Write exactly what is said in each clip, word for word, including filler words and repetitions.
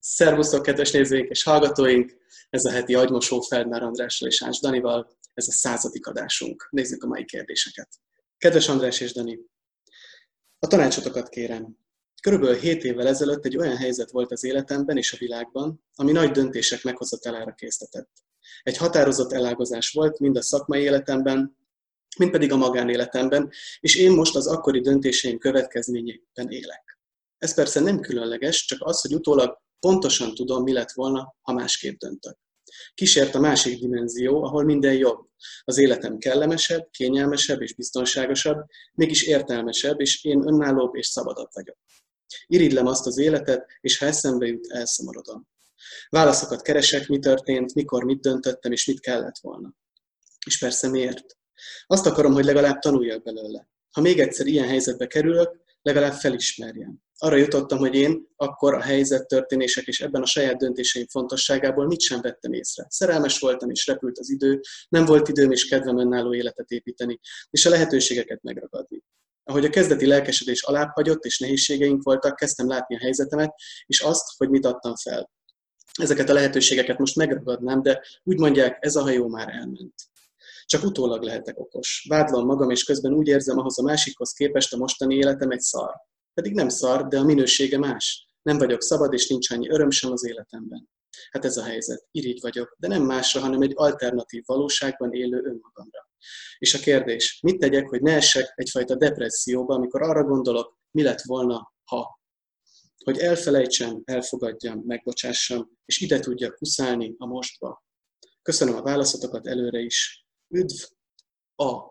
Szervusztok, kedves nézőink és hallgatóink! Ez a heti agymosó Feldmár Andrással és Ács Danival. Ez a századik adásunk. Nézzük a mai kérdéseket. Kedves András és Dani, a tanácsotokat kérem. Körülbelül hét évvel ezelőtt egy olyan helyzet volt az életemben és a világban, ami nagy döntések meghozatalára késztetett. Egy határozott elágazás volt mind a szakmai életemben, mind pedig a magánéletemben, és én most az akkori döntéseim következményében élek. Ez persze nem különleges, csak az, hogy utólag pontosan tudom, mi lett volna, ha másképp döntök. Kísért a másik dimenzió, ahol minden jobb. Az életem kellemesebb, kényelmesebb és biztonságosabb, mégis értelmesebb, és én önállóbb és szabadabb vagyok. Irigylem azt az életet, és ha eszembe jut, elszomorodom. Válaszokat keresek, mi történt, mikor mit döntöttem, és mit kellett volna. És persze miért? Azt akarom, hogy legalább tanuljak belőle. Ha még egyszer ilyen helyzetbe kerülök, legalább felismerjem. Arra jutottam, hogy én akkor a helyzet, történések és ebben a saját döntéseim fontosságából mit sem vettem észre. Szerelmes voltam és repült az idő, nem volt időm és kedvem önálló életet építeni, és a lehetőségeket megragadni. Ahogy a kezdeti lelkesedés alább hagyott és nehézségeink voltak, kezdtem látni a helyzetemet, és azt, hogy mit adtam fel. Ezeket a lehetőségeket most megragadnám, de úgy mondják, ez a hajó már elment. Csak utólag lehetek okos. Vádlom magam, és közben úgy érzem, ahhoz a másikhoz képest a mostani életem egy szar. Pedig nem szar, de a minősége más. Nem vagyok szabad, és nincs annyi öröm sem az életemben. Hát ez a helyzet. Irigy vagyok, de nem másra, hanem egy alternatív valóságban élő önmagamra. És a kérdés, mit tegyek, hogy ne essek egyfajta depresszióba, amikor arra gondolok, mi lett volna, ha. Hogy elfelejtsem, elfogadjam, megbocsássam, és ide tudjak huszálni a mostba. Köszönöm a válaszotokat előre is. Üdv a...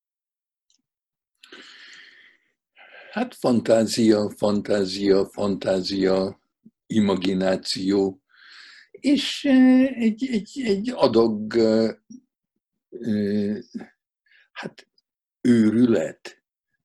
Hát fantázia, fantázia, fantázia, imagináció, és egy, egy, egy adag, hát őrület.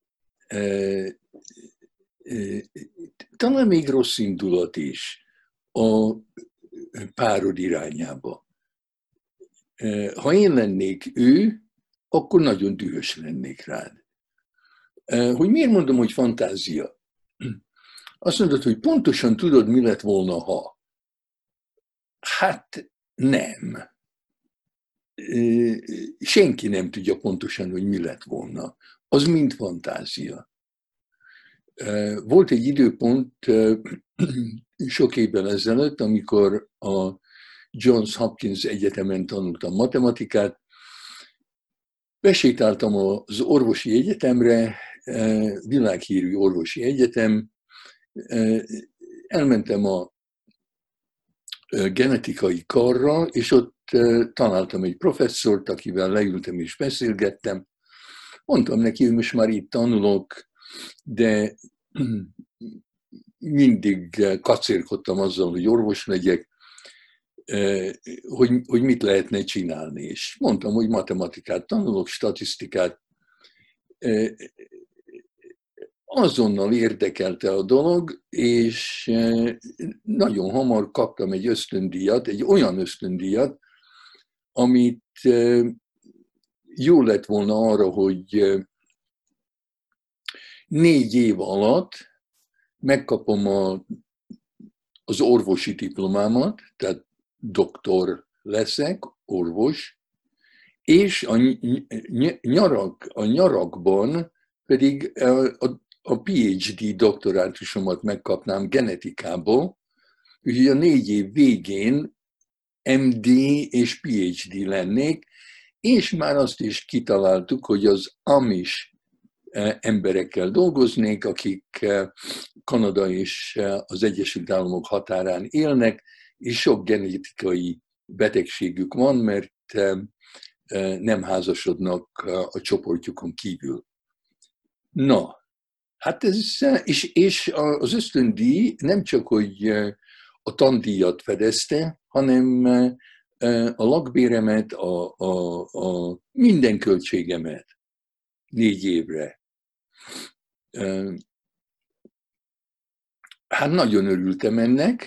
Talán még rossz indulat is a párod irányába. Ha én lennék ő, akkor nagyon dühös lennék rád. Hogy miért mondom, hogy fantázia? Azt mondod, hogy pontosan tudod, mi lett volna, ha. Hát nem. Senki nem tudja pontosan, hogy mi lett volna. Az mind fantázia. Volt egy időpont sok évvel ezelőtt, amikor a Johns Hopkins Egyetemen tanultam matematikát. Besétáltam az orvosi egyetemre, világhírű orvosi egyetem, elmentem a genetikai karra, és ott találtam egy professzort, akivel leültem és beszélgettem. Mondtam neki, hogy most már itt tanulok, de mindig kacérkodtam azzal, hogy orvos legyek, hogy, hogy mit lehetne csinálni. És mondtam, hogy matematikát tanulok, statisztikát. Azonnal érdekelte a dolog, és nagyon hamar kaptam egy ösztöndíjat, egy olyan ösztöndíjat, amit jó lett volna arra, hogy négy év alatt megkapom a, az orvosi diplomámat, tehát doktor leszek, orvos, és a, nyarak, a nyarakban pedig a, a PhD doktorátusomat megkapnám genetikából, úgyhogy a négy év végén em dé és PhD lennék, és már azt is kitaláltuk, hogy az Amish emberekkel dolgoznék, akik Kanada és az Egyesült Államok határán élnek, és sok genetikai betegségük van, mert nem házasodnak a csoportjukon kívül. Na, hát ez, és, és az ösztöndíj nem csak, hogy a tandíjat fedezte, hanem a lakbéremet, a, a, a minden költségemet négy évre. Hát nagyon örültem ennek,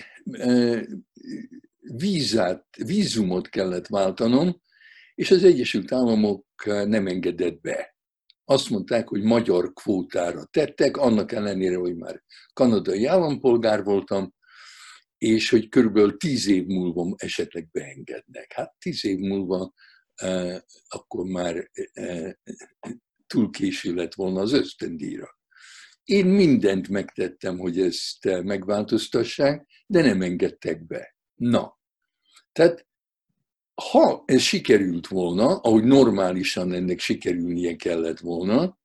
vízát, vízumot kellett váltanom, és az Egyesült Államok nem engedett be. Azt mondták, hogy magyar kvótára tettek, annak ellenére, hogy már kanadai állampolgár voltam, és hogy körülbelül tíz év múlva esetleg beengednek. Hát tíz év múlva uh, akkor már uh, túl késő lett volna az ösztöndíjra. Én mindent megtettem, hogy ezt megváltoztassák, de nem engedtek be. Na, tehát ha ez sikerült volna, ahogy normálisan ennek sikerülnie kellett volna,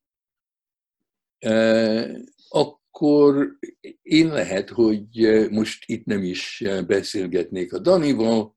akkor én lehet, hogy most itt nem is beszélgetnék a Danival,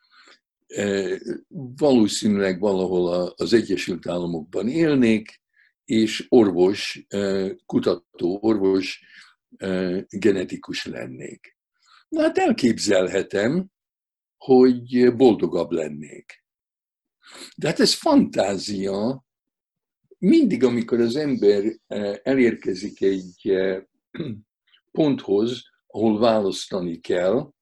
valószínűleg valahol az Egyesült Államokban élnék, és orvos, kutató orvos, genetikus lennék. Na hát elképzelhetem, hogy boldogabb lennék. De hát ez fantázia. Mindig, amikor az ember elérkezik egy ponthoz, ahol választani kell,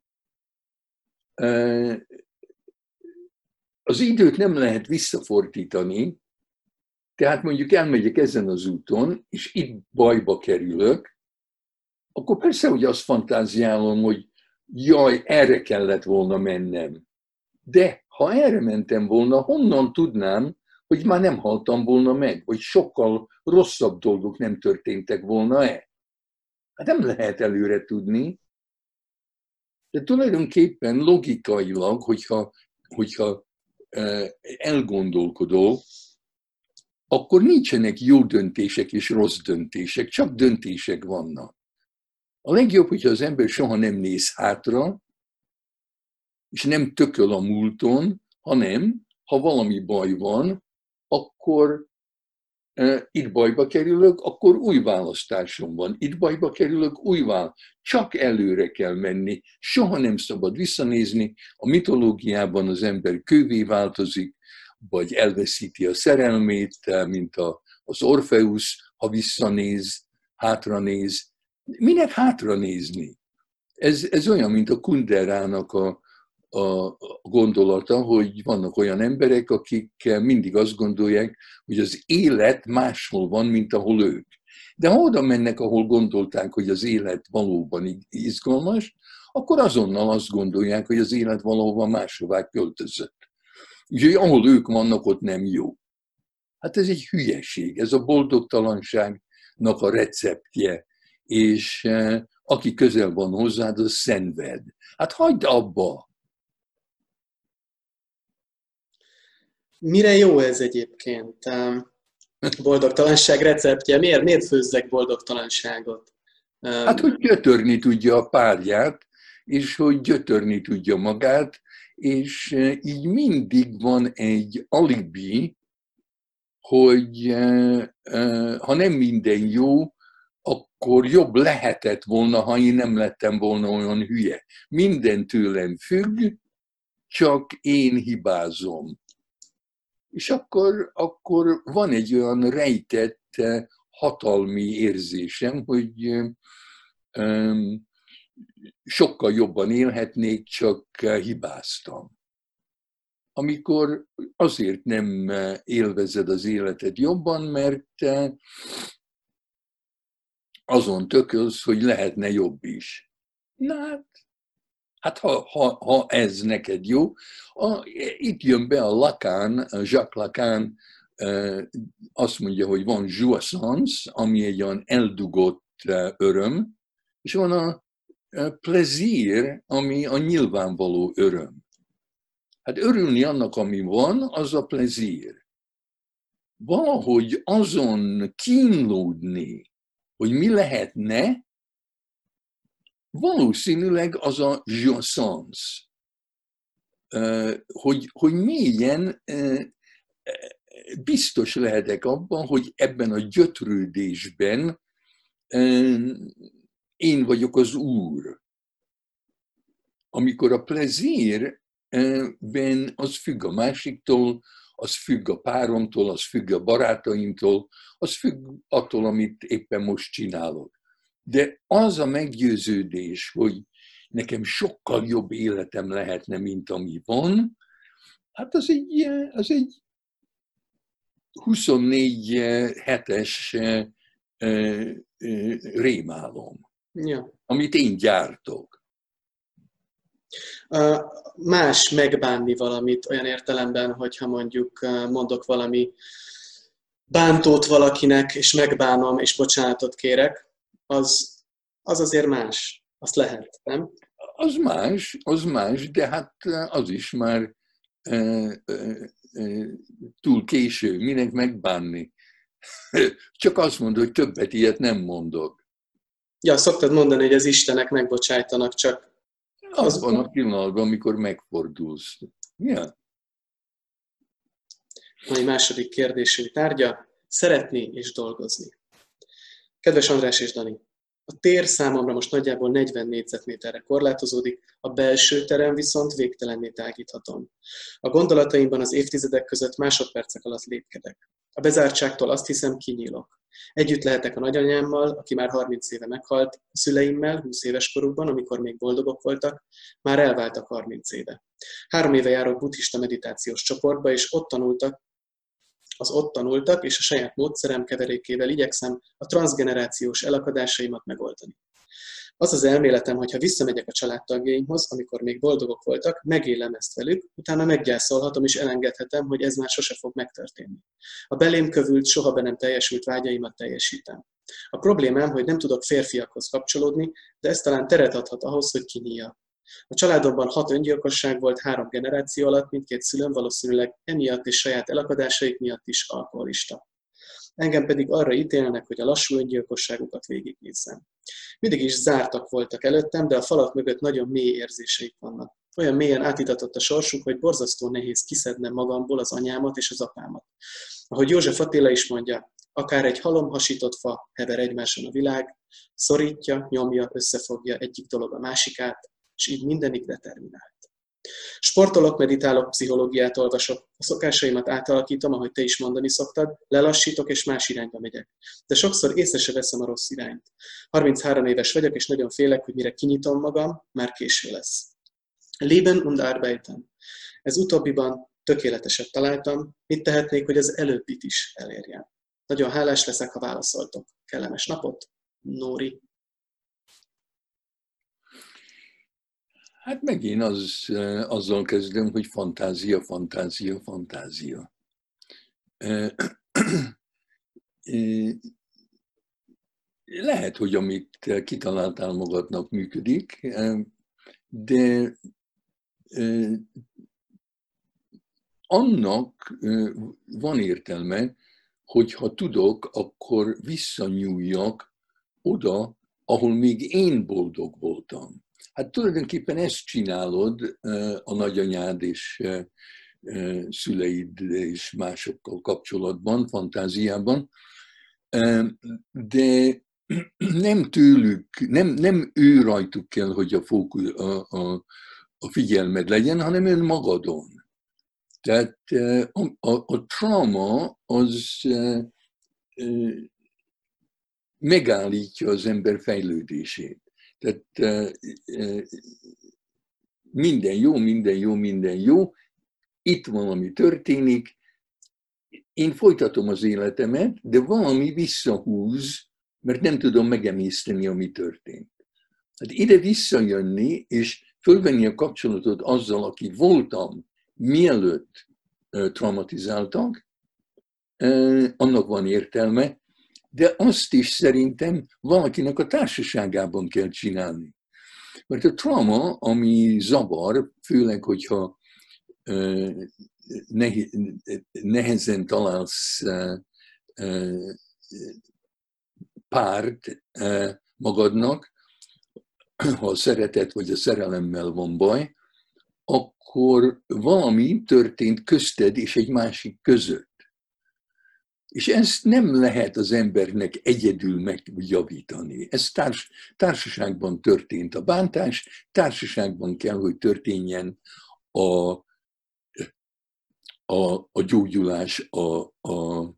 az időt nem lehet visszafordítani, tehát mondjuk elmegyek ezen az úton, és itt bajba kerülök, akkor persze, hogy azt fantáziálom, hogy jaj, erre kellett volna mennem. De ha erre mentem volna, honnan tudnám, hogy már nem haltam volna meg, vagy sokkal rosszabb dolgok nem történtek volna-e? Hát nem lehet előre tudni. De tulajdonképpen logikailag, hogyha, hogyha elgondolkodol, akkor nincsenek jó döntések és rossz döntések, csak döntések vannak. A legjobb, hogyha az ember soha nem néz hátra, és nem tököl a múlton, hanem, ha valami baj van, akkor e, itt bajba kerülök, akkor új választásom van. Itt bajba kerülök, új választásom. Csak előre kell menni, soha nem szabad visszanézni. A mitológiában az ember kővé változik, vagy elveszíti a szerelmét, mint a, az Orfeusz, ha visszanéz, hátranéz. Minek hátranézni? Ez, ez olyan, mint a Kunderának a, a gondolata, hogy vannak olyan emberek, akik mindig azt gondolják, hogy az élet máshol van, mint ahol ők. De ha oda mennek, ahol gondolták, hogy az élet valóban izgalmas, akkor azonnal azt gondolják, hogy az élet valóban máshová költözött. Úgyhogy ahol ők vannak, ott nem jó. Hát ez egy hülyeség, ez a boldogtalanságnak a receptje, és aki közel van hozzád, az szenved. Hát hagyd abba! Mire jó ez egyébként? Boldogtalanság receptje. Miért, miért főzzek boldogtalanságot? Hát, hogy gyötörni tudja a párját, és hogy gyötörni tudja magát, és így mindig van egy alibi, hogy ha nem minden jó, akkor jobb lehetett volna, ha én nem lettem volna olyan hülye. Minden tőlem függ, csak én hibázom. És akkor, akkor van egy olyan rejtett hatalmi érzésem, hogy um, sokkal jobban élhetnék, csak hibáztam. Amikor azért nem élvezed az életed jobban, mert azon tökölsz, hogy lehetne jobb is. Na hát, hát ha, ha, ha ez neked jó, a, itt jön be a Lacan, a Jacques Lacan azt mondja, hogy van jouissance, ami egy olyan eldugott öröm, és van a plaisir, ami a nyilvánvaló öröm. Hát örülni annak, ami van, az a plaisir. Valahogy azon kínlódni, hogy mi lehetne, valószínűleg az a jouissance. Hogy, hogy mélyen biztos lehetek abban, hogy ebben a gyötrődésben én vagyok az úr. Amikor a plaisirben az függ a másiktól, az függ a páromtól, az függ a barátaimtól, az függ attól, amit éppen most csinálok. De az a meggyőződés, hogy nekem sokkal jobb életem lehetne, mint ami van, hát az egy, az egy huszonnégy hetes rémálom, ja. amit én gyártok. Más megbánni valamit olyan értelemben, hogyha mondjuk mondok valami bántót valakinek, és megbánom, és bocsánatot kérek, az, az azért más. Azt lehet, nem? Az más, az más, de hát az is már e, e, e, túl késő, minek megbánni. Csak azt mondod, hogy többet ilyet nem mondok. Ja, szoktad mondani, hogy az Istenek megbocsájtanak, csak abban a pillanatban, amikor megfordulsz. Ja. Mai második kérdésünk tárgya, szeretni és dolgozni. Kedves András és Dani, a tér számomra most nagyjából negyven négyzetméterre korlátozódik, a belső terem viszont végtelenné tágíthatom. A gondolataimban az évtizedek között másodpercek alatt lépkedek. A bezártságtól azt hiszem, kinyílok. Együtt lehetek a nagyanyámmal, aki már harminc éve meghalt, a szüleimmel húsz éves korukban, amikor még boldogok voltak, már elváltak harminc éve. Három éve járok buddhista meditációs csoportba, és ott tanultak, az ott tanultak, és a saját módszerem keverékével igyekszem a transzgenerációs elakadásaimat megoldani. Az az elméletem, hogy ha visszamegyek a családtagjaimhoz, amikor még boldogok voltak, megélem ezt velük, utána meggyászolhatom és elengedhetem, hogy ez már sose fog megtörténni. A belém kövült, soha be nem teljesült vágyaimat teljesítem. A problémám, hogy nem tudok férfiakhoz kapcsolódni, de ez talán teret adhat ahhoz, hogy kinyíljak. A családomban hat öngyilkosság volt három generáció alatt, mindkét szülőm valószínűleg emiatt és saját elakadásaik miatt is alkoholista. Engem pedig arra ítélnek, hogy a lassú öngyilkosságukat végignézzem. Mindig is zártak voltak előttem, de a falak mögött nagyon mély érzéseik vannak. Olyan mélyen átitatott a sorsuk, hogy borzasztó nehéz kiszednem magamból az anyámat és az apámat. Ahogy József Attila is mondja, akár egy halom hasított fa hever egymáson a világ, szorítja, nyomja, összefogja egyik dolog a másikát, és így mindenig determinált. Sportolok, meditálok, pszichológiát olvasok, a szokásaimat átalakítom, ahogy te is mondani szoktad, lelassítok és más irányba megyek. De sokszor észre se veszem a rossz irányt. harminchárom éves vagyok, és nagyon félek, hogy mire kinyitom magam, már késő lesz. Leben und Arbeiten. Ez utóbbiban tökéleteset találtam, mit tehetnék, hogy az előbbit is elérjem. Nagyon hálás leszek, ha válaszoltok. Kellemes napot, Nóri. Hát megint az, azzal kezdem, hogy fantázia, fantázia, fantázia. Lehet, hogy amit kitaláltál magadnak működik, de annak van értelme, hogy ha tudok, akkor visszanyúljak oda, ahol még én boldog voltam. Hát tulajdonképpen ezt csinálod a nagyanyád és szüleid és másokkal kapcsolatban, fantáziában, de nem tőlük, nem, nem ő rajtuk kell, hogy a, fókusz, a, a, a figyelmed legyen, hanem önmagadon. Tehát a, a, a trauma az megállítja az ember fejlődését. Tehát minden jó, minden jó, minden jó, itt valami történik, én folytatom az életemet, de valami visszahúz, mert nem tudom megemészteni, ami történt. Hát ide visszajönni, és fölvenni a kapcsolatot azzal, aki voltam, mielőtt traumatizáltak, annak van értelme, de azt is szerintem valakinek a társaságában kell csinálni. Mert a trauma, ami zavar, főleg, hogyha nehezen találsz párt magadnak, ha a szeretet vagy a szerelemmel van baj, akkor valami történt közted és egy másik között. És ezt nem lehet az embernek egyedül megjavítani. Ez társ, társaságban történt a bántás, társaságban kell, hogy történjen a, a, a gyógyulás, a, a, a,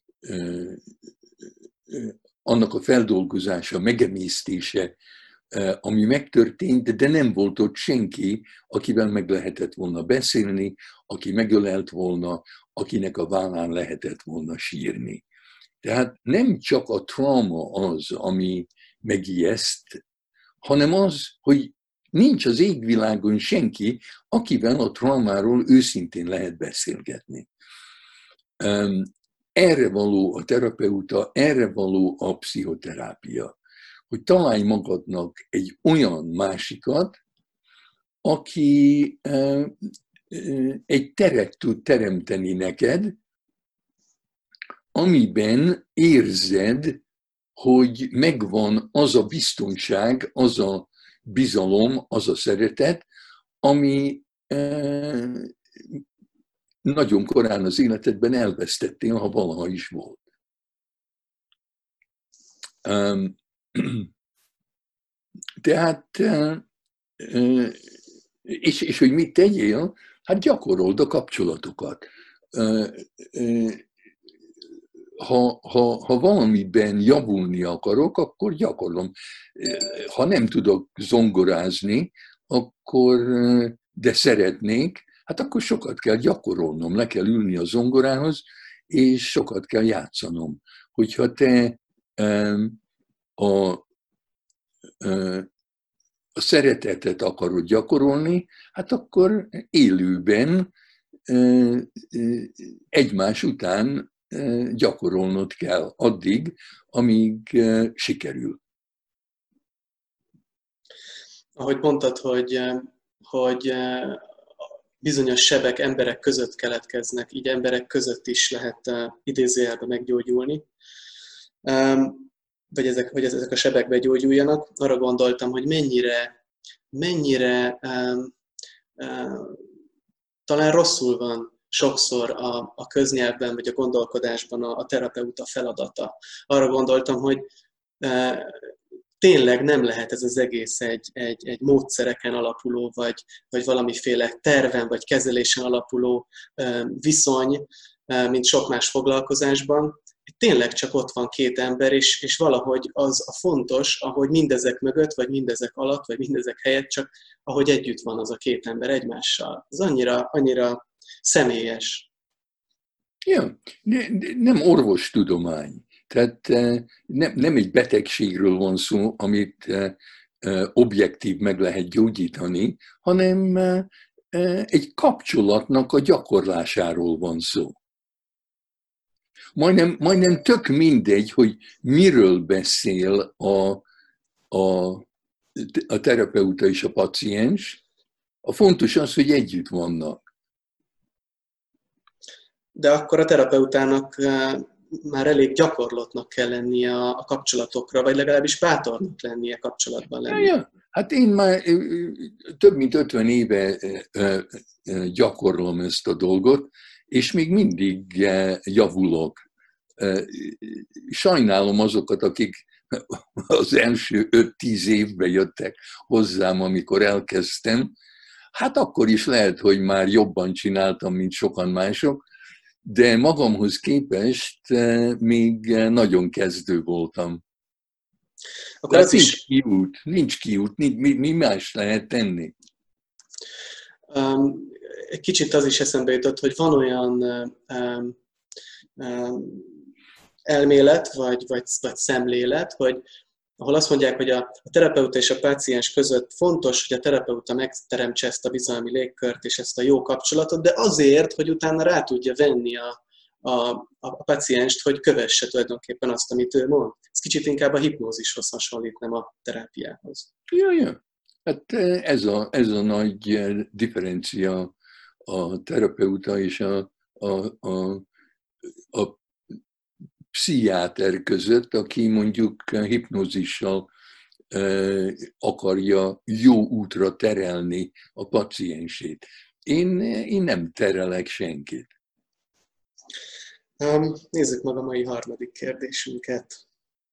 annak a feldolgozása, megemésztése, ami megtörtént, de nem volt ott senki, akivel meg lehetett volna beszélni, aki megölelt volna, akinek a vállán lehetett volna sírni. Tehát nem csak a trauma az, ami megijeszt, hanem az, hogy nincs az égvilágon senki, akivel a traumáról őszintén lehet beszélgetni. Erre való a terapeuta, erre való a pszichoterápia, hogy találj magadnak egy olyan másikat, aki egy teret tud teremteni neked, amiben érzed, hogy megvan az a biztonság, az a bizalom, az a szeretet, ami nagyon korán az életedben elvesztettél, ha valaha is volt. Tehát, és, és hogy mit tegyél? Hát gyakorold a kapcsolatokat. Ha, ha, ha valamiben javulni akarok, akkor gyakorlom. Ha nem tudok zongorázni, akkor, de szeretnék, hát akkor sokat kell gyakorolnom, le kell ülni a zongorához, és sokat kell játszanom. Hogyha te a, a szeretetet akarod gyakorolni, hát akkor élőben egymás után gyakorolnod kell addig, amíg sikerül. Ahogy mondtad, hogy, hogy bizonyos sebek emberek között keletkeznek, így emberek között is lehet idézőjelben meggyógyulni, vagy ezek, hogy ezek a sebek begyógyuljanak. Arra gondoltam, hogy mennyire, mennyire um, um, talán rosszul van sokszor a, a köznyelvben, vagy a gondolkodásban a, a terapeuta feladata. Arra gondoltam, hogy uh, tényleg nem lehet ez az egész egy, egy, egy módszereken alapuló, vagy, vagy valamiféle terven, vagy kezelésen alapuló uh, viszony, uh, mint sok más foglalkozásban. Tényleg csak ott van két ember, és, és valahogy az a fontos, ahogy mindezek mögött, vagy mindezek alatt, vagy mindezek helyett, csak ahogy együtt van az a két ember egymással. Ez annyira, annyira személyes. Ja, ne, nem orvostudomány. Tehát nem, nem egy betegségről van szó, amit objektív meg lehet gyógyítani, hanem egy kapcsolatnak a gyakorlásáról van szó. Majdnem, majdnem tök mindegy, hogy miről beszél a, a, a terapeuta és a paciens. A fontos az, hogy együtt vannak. De akkor a terapeutának már elég gyakorlottnak kell lennie a kapcsolatokra, vagy legalábbis bátornak lennie kapcsolatban lenni. Ja, ja. Hát én már több mint ötven éve gyakorlom ezt a dolgot, és még mindig javulok. Sajnálom azokat, akik az első öt-tíz évben jöttek hozzám, amikor elkezdtem. Hát akkor is lehet, hogy már jobban csináltam, mint sokan mások, de magamhoz képest még nagyon kezdő voltam. Akkor nincs is... kiút, nincs kiút, mi, mi más lehet tenni? Um, egy kicsit az is eszembe jutott, hogy van olyan um, um, elmélet, vagy, vagy, vagy szemlélet, hogy ahol azt mondják, hogy a, a terapeuta és a páciens között fontos, hogy a terapeuta megteremtse ezt a bizalmi légkört és ezt a jó kapcsolatot, de azért, hogy utána rá tudja venni a, a, a pácienst, hogy kövesse tulajdonképpen azt, amit ő mond. Ez kicsit inkább a hipnózishoz hasonlít, nem a terápiához. Ja, ja. Hát ez a, ez a nagy differencia a terapeuta és a, a, a, a pszichiáter között, aki mondjuk hipnózissal akarja jó útra terelni a paciensét. Én, én nem terelek senkit. Nézzük meg a mai harmadik kérdésünket.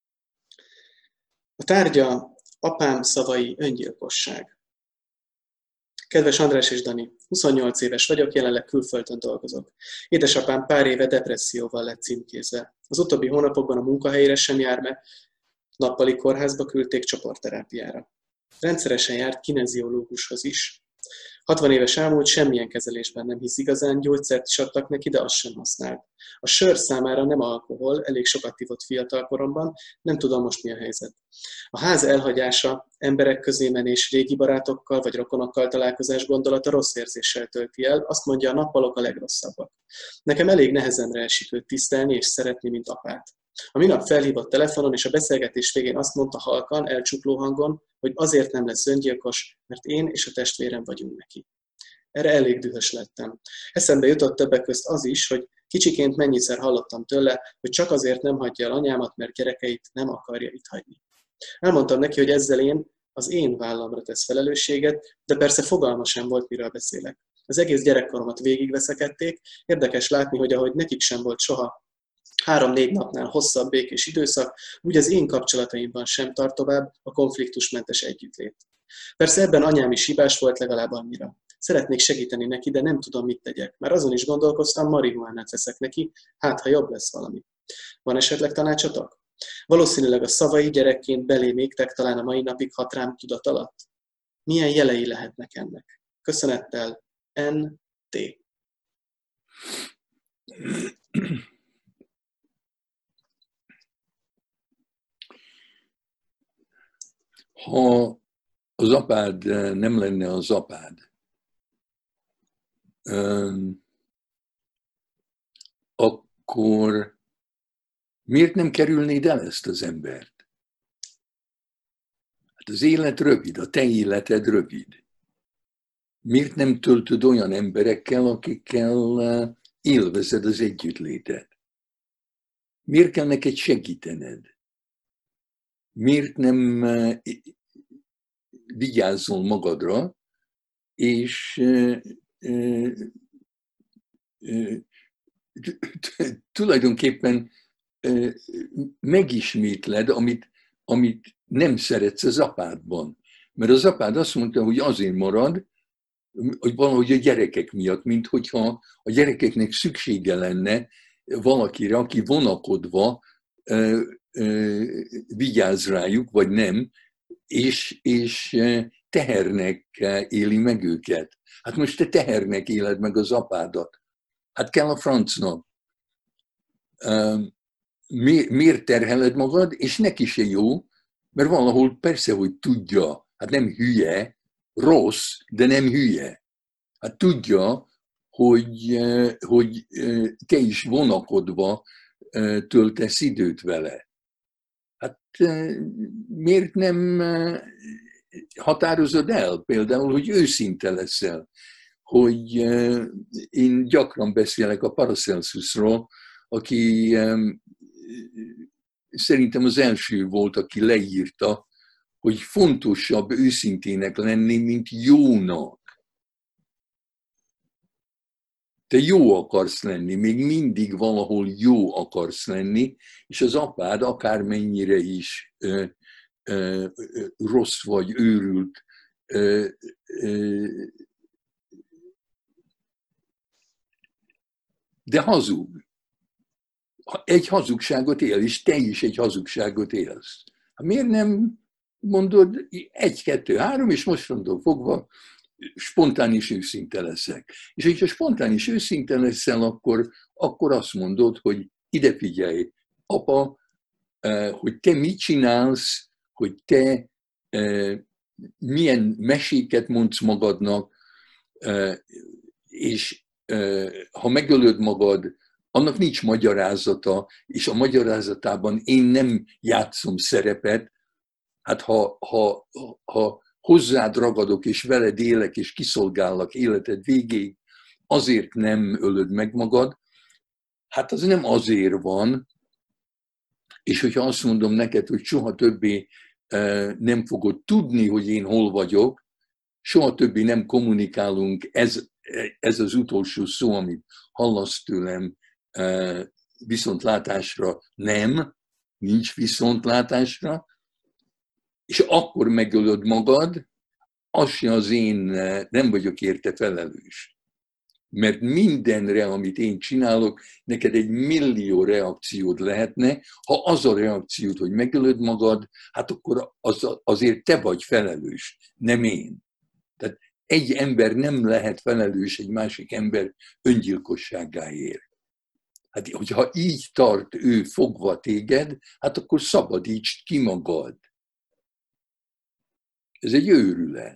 A tárgya apám szavai öngyilkosság. Kedves András és Dani, huszonnyolc éves vagyok, jelenleg külföldön dolgozok. Édesapám pár éve depresszióval lett címkézve. Az utóbbi hónapokban a munkahelyére sem jár, mert nappali kórházba küldték csoportterápiára. Rendszeresen járt kineziológushoz is. hatvan éves elmúlt, semmilyen kezelésben nem hisz igazán, gyógyszert is adtak neki, de azt sem használt. A sör számára nem alkohol, elég sokat ivott fiatalkoromban, nem tudom most mi a helyzet. A ház elhagyása, emberek közé menés, régi barátokkal vagy rokonokkal találkozás gondolata rossz érzéssel tölti el, azt mondja, a nappalok a legrosszabbak. Nekem elég nehezemre esik őt tisztelni és szeretni, mint apát. A minap felhívott telefonon, és a beszélgetés végén azt mondta halkan, elcsukló hangon, hogy azért nem lesz öngyilkos, mert én és a testvérem vagyunk neki. Erre elég dühös lettem. Eszembe jutott többek közt az is, hogy kicsiként mennyiszer hallottam tőle, hogy csak azért nem hagyja el anyámat, mert gyerekeit nem akarja itt hagyni. Elmondtam neki, hogy ezzel én az én vállamra tesz felelősséget, de persze fogalma sem volt, miről beszélek. Az egész gyerekkoromat végigveszekedték, érdekes látni, hogy ahogy nekik sem volt soha három-négy napnál hosszabb békés időszak, úgy az én kapcsolataimban sem tart tovább a konfliktusmentes együttlét. Persze ebben anyám is hibás volt legalább annyira. Szeretnék segíteni neki, de nem tudom, mit tegyek. Már azon is gondolkoztam, marihuánát veszek neki, hát ha jobb lesz valami. Van esetleg tanácsotok? Valószínűleg a szavai gyerekként belém égtek, talán a mai napig hat rám tudat alatt. Milyen jelei lehetnek ennek? Köszönettel, en té. Ha az apád nem lenne az apád, akkor miért nem kerülnéd el ezt az embert? Hát az élet rövid, a te életed rövid. Miért nem töltöd olyan emberekkel, akikkel élvezed az együttlétet? Miért kell neked segítened? Miért nem vigyázzol magadra, és tulajdonképpen megismétled, amit, amit nem szeretsz az apádban. Mert az apád azt mondta, hogy azért marad, hogy valahogy a gyerekek miatt, mint hogyha a gyerekeknek szüksége lenne valakire, aki vonakodva vigyáz rájuk, vagy nem, és, és tehernek éli meg őket. Hát most te tehernek éled meg az apádat. Hát kell a francnak. Mi, miért terheled magad? És neki se jó, mert valahol persze, hogy tudja, hát nem hülye, rossz, de nem hülye. Hát tudja, hogy, hogy te is vonakodva töltesz időt vele. Hát miért nem határozod el például, hogy őszinte leszel? Hogy én gyakran beszélek a Paracelsusról, aki szerintem az első volt, aki leírta, hogy fontosabb őszintének lenni, mint jónak. Te jó akarsz lenni, még mindig valahol jó akarsz lenni, és az apád akármennyire is ö, ö, ö, rossz vagy, őrült, ö, ö, de hazug. Egy hazugságot él, és te is egy hazugságot élsz. Miért nem mondod egy, kettő, három, és mostantól fogva spontán és őszinte leszek. És hogyha spontán és őszinte leszel, akkor, akkor azt mondod, hogy ide figyelj, apa, hogy te mit csinálsz, hogy te milyen meséket mondsz magadnak, és ha megölöd magad, annak nincs magyarázata, és a magyarázatában én nem játszom szerepet. Hát ha, ha, ha hozzád ragadok, és veled élek, és kiszolgállak életed végéig, azért nem ölöd meg magad, hát az nem azért van, és hogyha azt mondom neked, hogy soha többé nem fogod tudni, hogy én hol vagyok, soha többé nem kommunikálunk, ez, ez az utolsó szó, amit hallasz tőlem, viszontlátásra nem, nincs viszontlátásra, és akkor megölöd magad, az se az én, nem vagyok érte felelős. Mert mindenre, amit én csinálok, neked egy millió reakciód lehetne. Ha az a reakciód, hogy megölöd magad, hát akkor az, azért te vagy felelős, nem én. Tehát egy ember nem lehet felelős egy másik ember öngyilkosságáért. Hát, hogyha így tart ő fogva téged, hát akkor szabadítsd ki magad. Ez egy őrület.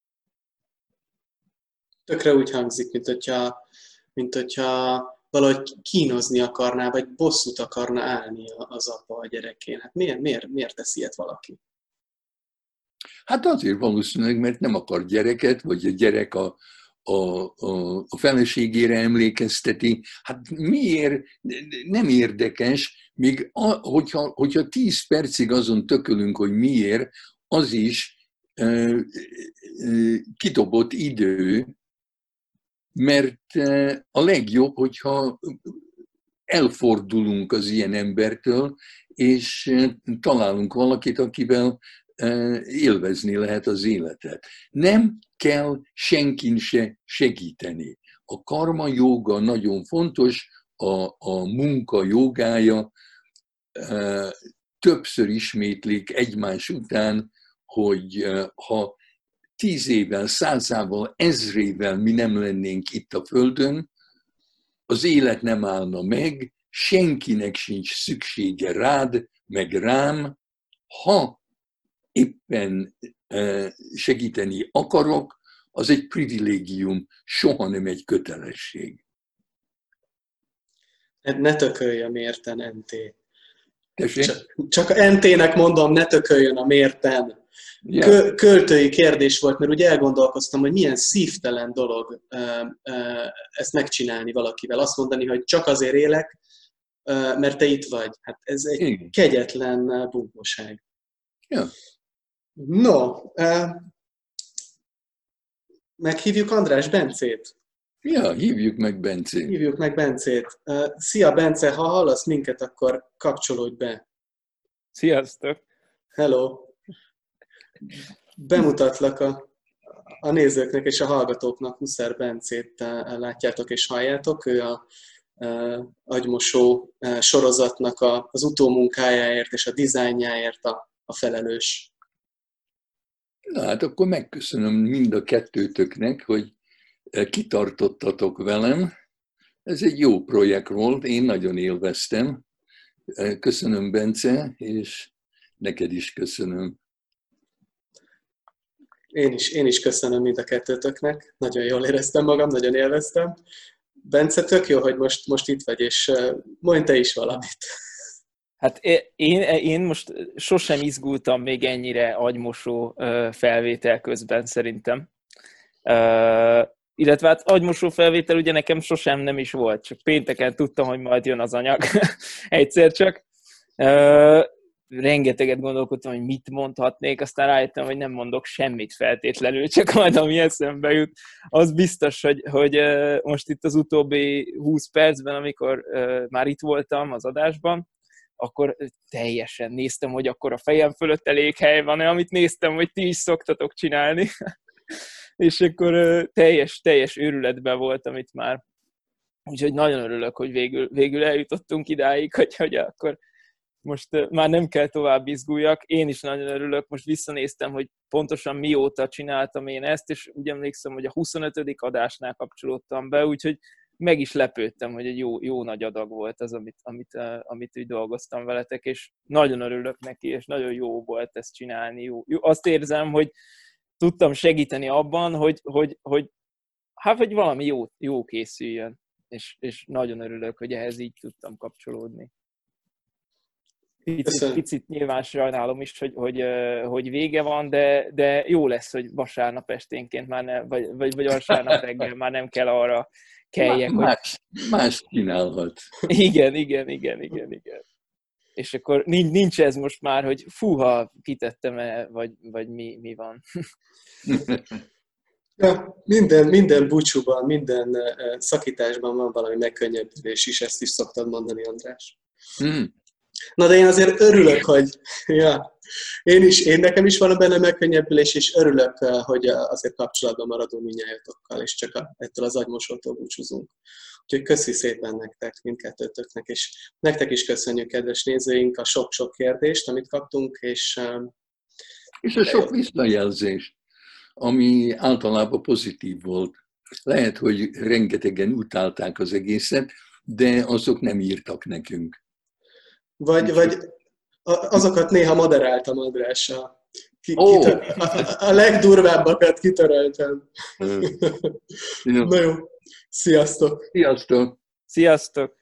Tökre úgy hangzik, mint hogyha, mint hogyha valahogy kínozni akarná, vagy bosszút akarna állni az apa a gyerekén. Hát miért, miért, miért tesz ilyet valaki? Hát azért valószínűleg, mert nem akar gyereket, vagy a gyerek a, a, a, a feleségére emlékezteti. Hát miért? Nem érdekes, még a, hogyha, hogyha tíz percig azon tökölünk, hogy miért, az is e, e, kidobott idő, mert a legjobb, hogyha elfordulunk az ilyen embertől, és találunk valakit, akivel élvezni lehet az életet. Nem kell senkin se segíteni. A karma jóga nagyon fontos, a, a munka jogája, többször ismétlik egymás után, hogy ha tíz évvel, százával, ezrével mi nem lennénk itt a Földön, az élet nem állna meg, senkinek sincs szüksége rád, meg rám, ha éppen segíteni akarok, az egy privilégium, soha nem egy kötelesség. Ne tökölj a mérten, Enté. Tessék? Csak, csak Entének mondom, ne tököljön a mérten. Ja. Kö, költői kérdés volt, mert úgy elgondolkoztam, hogy milyen szívtelen dolog ezt megcsinálni valakivel. Azt mondani, hogy csak azért élek, mert te itt vagy. Hát ez egy Igen. kegyetlen bunkóság. Ja. No, meghívjuk András Bencét. Ja, hívjuk meg Bencét. Hívjuk meg Bencét. Szia, Bence, ha hallasz minket, akkor kapcsolódj be. Sziasztok! Hello! Bemutatlak a, a nézőknek és a hallgatóknak. Huszár Bencét látjátok és halljátok. Ő a, a agymosó sorozatnak a, az utómunkájáért és a dizájnjáért a, a felelős. Na hát akkor megköszönöm mind a kettőtöknek, hogy kitartottatok velem. Ez egy jó projekt volt, én nagyon élveztem. Köszönöm, Bence, és neked is köszönöm. Én is, én is köszönöm mind a kettőtöknek. Nagyon jól éreztem magam, nagyon élveztem. Bence, tök jó, hogy most, most itt vagy, és mondj te is valamit. Hát én, én most sosem izgultam még ennyire agymosó felvétel közben szerintem. Illetve hát agymosó felvétel ugye nekem sosem nem is volt, csak pénteken tudtam, hogy majd jön az anyag. Egyszer csak. Rengeteget gondolkodtam, hogy mit mondhatnék, aztán rájöttem, hogy nem mondok semmit feltétlenül, csak majd ami eszembe jut. Az biztos, hogy, hogy most itt az utóbbi húsz percben, amikor már itt voltam az adásban, akkor teljesen néztem, hogy akkor a fejem fölött elég hely van, amit néztem, hogy ti is szoktatok csinálni. És akkor teljes, teljes őrületben voltam itt már. Úgyhogy nagyon örülök, hogy végül, végül eljutottunk idáig, hogy, hogy akkor most már nem kell tovább izguljak. Én is nagyon örülök, most visszanéztem, hogy pontosan mióta csináltam én ezt, és úgy emlékszem, hogy a huszonötödik adásnál kapcsolódtam be, úgyhogy meg is lepődtem, hogy egy jó, jó nagy adag volt az, amit, amit, amit úgy dolgoztam veletek, és nagyon örülök neki, és nagyon jó volt ezt csinálni. Jó. Jó, azt érzem, hogy tudtam segíteni abban, hogy, hogy, hogy, hát, hogy valami jó, jó készüljön, és, és nagyon örülök, hogy ehhez így tudtam kapcsolódni. Picit, picit nyilván sajnálom is, hogy, hogy, hogy vége van, de, de jó lesz, hogy vasárnap esténként már ne, vagy, vagy, vagy vasárnap reggel már nem kell arra kelljek. Más, hogy... más csinálhat. Igen, igen, igen, igen, igen. És akkor nincs ez most már, hogy fúha, kitettem-e, vagy, vagy mi, mi van. Ja, minden, minden búcsúban, minden szakításban van valami megkönnyebbülés is, ezt is szoktad mondani, András. Mm. Na de én azért örülök, hogy ja, én is, én nekem is van benne megkönnyebbülés, és örülök, hogy azért kapcsolatban maradunk mindnyájatokkal, és csak a, ettől az agymosótól búcsúzunk. Úgyhogy köszi szépen nektek, mindkettőtöknek, és nektek is köszönjük, kedves nézőink, a sok-sok kérdést, amit kaptunk, és... És a sok visszajelzést. ami általában pozitív volt. Lehet, hogy rengetegen utálták az egészet, de azok nem írtak nekünk. Vagy, vagy azokat néha moderáltam, András. A, ki, oh. kitör, a, a legdurvábbakat kitöröltem. Na jó, sziasztok! Sziasztok! Sziasztok!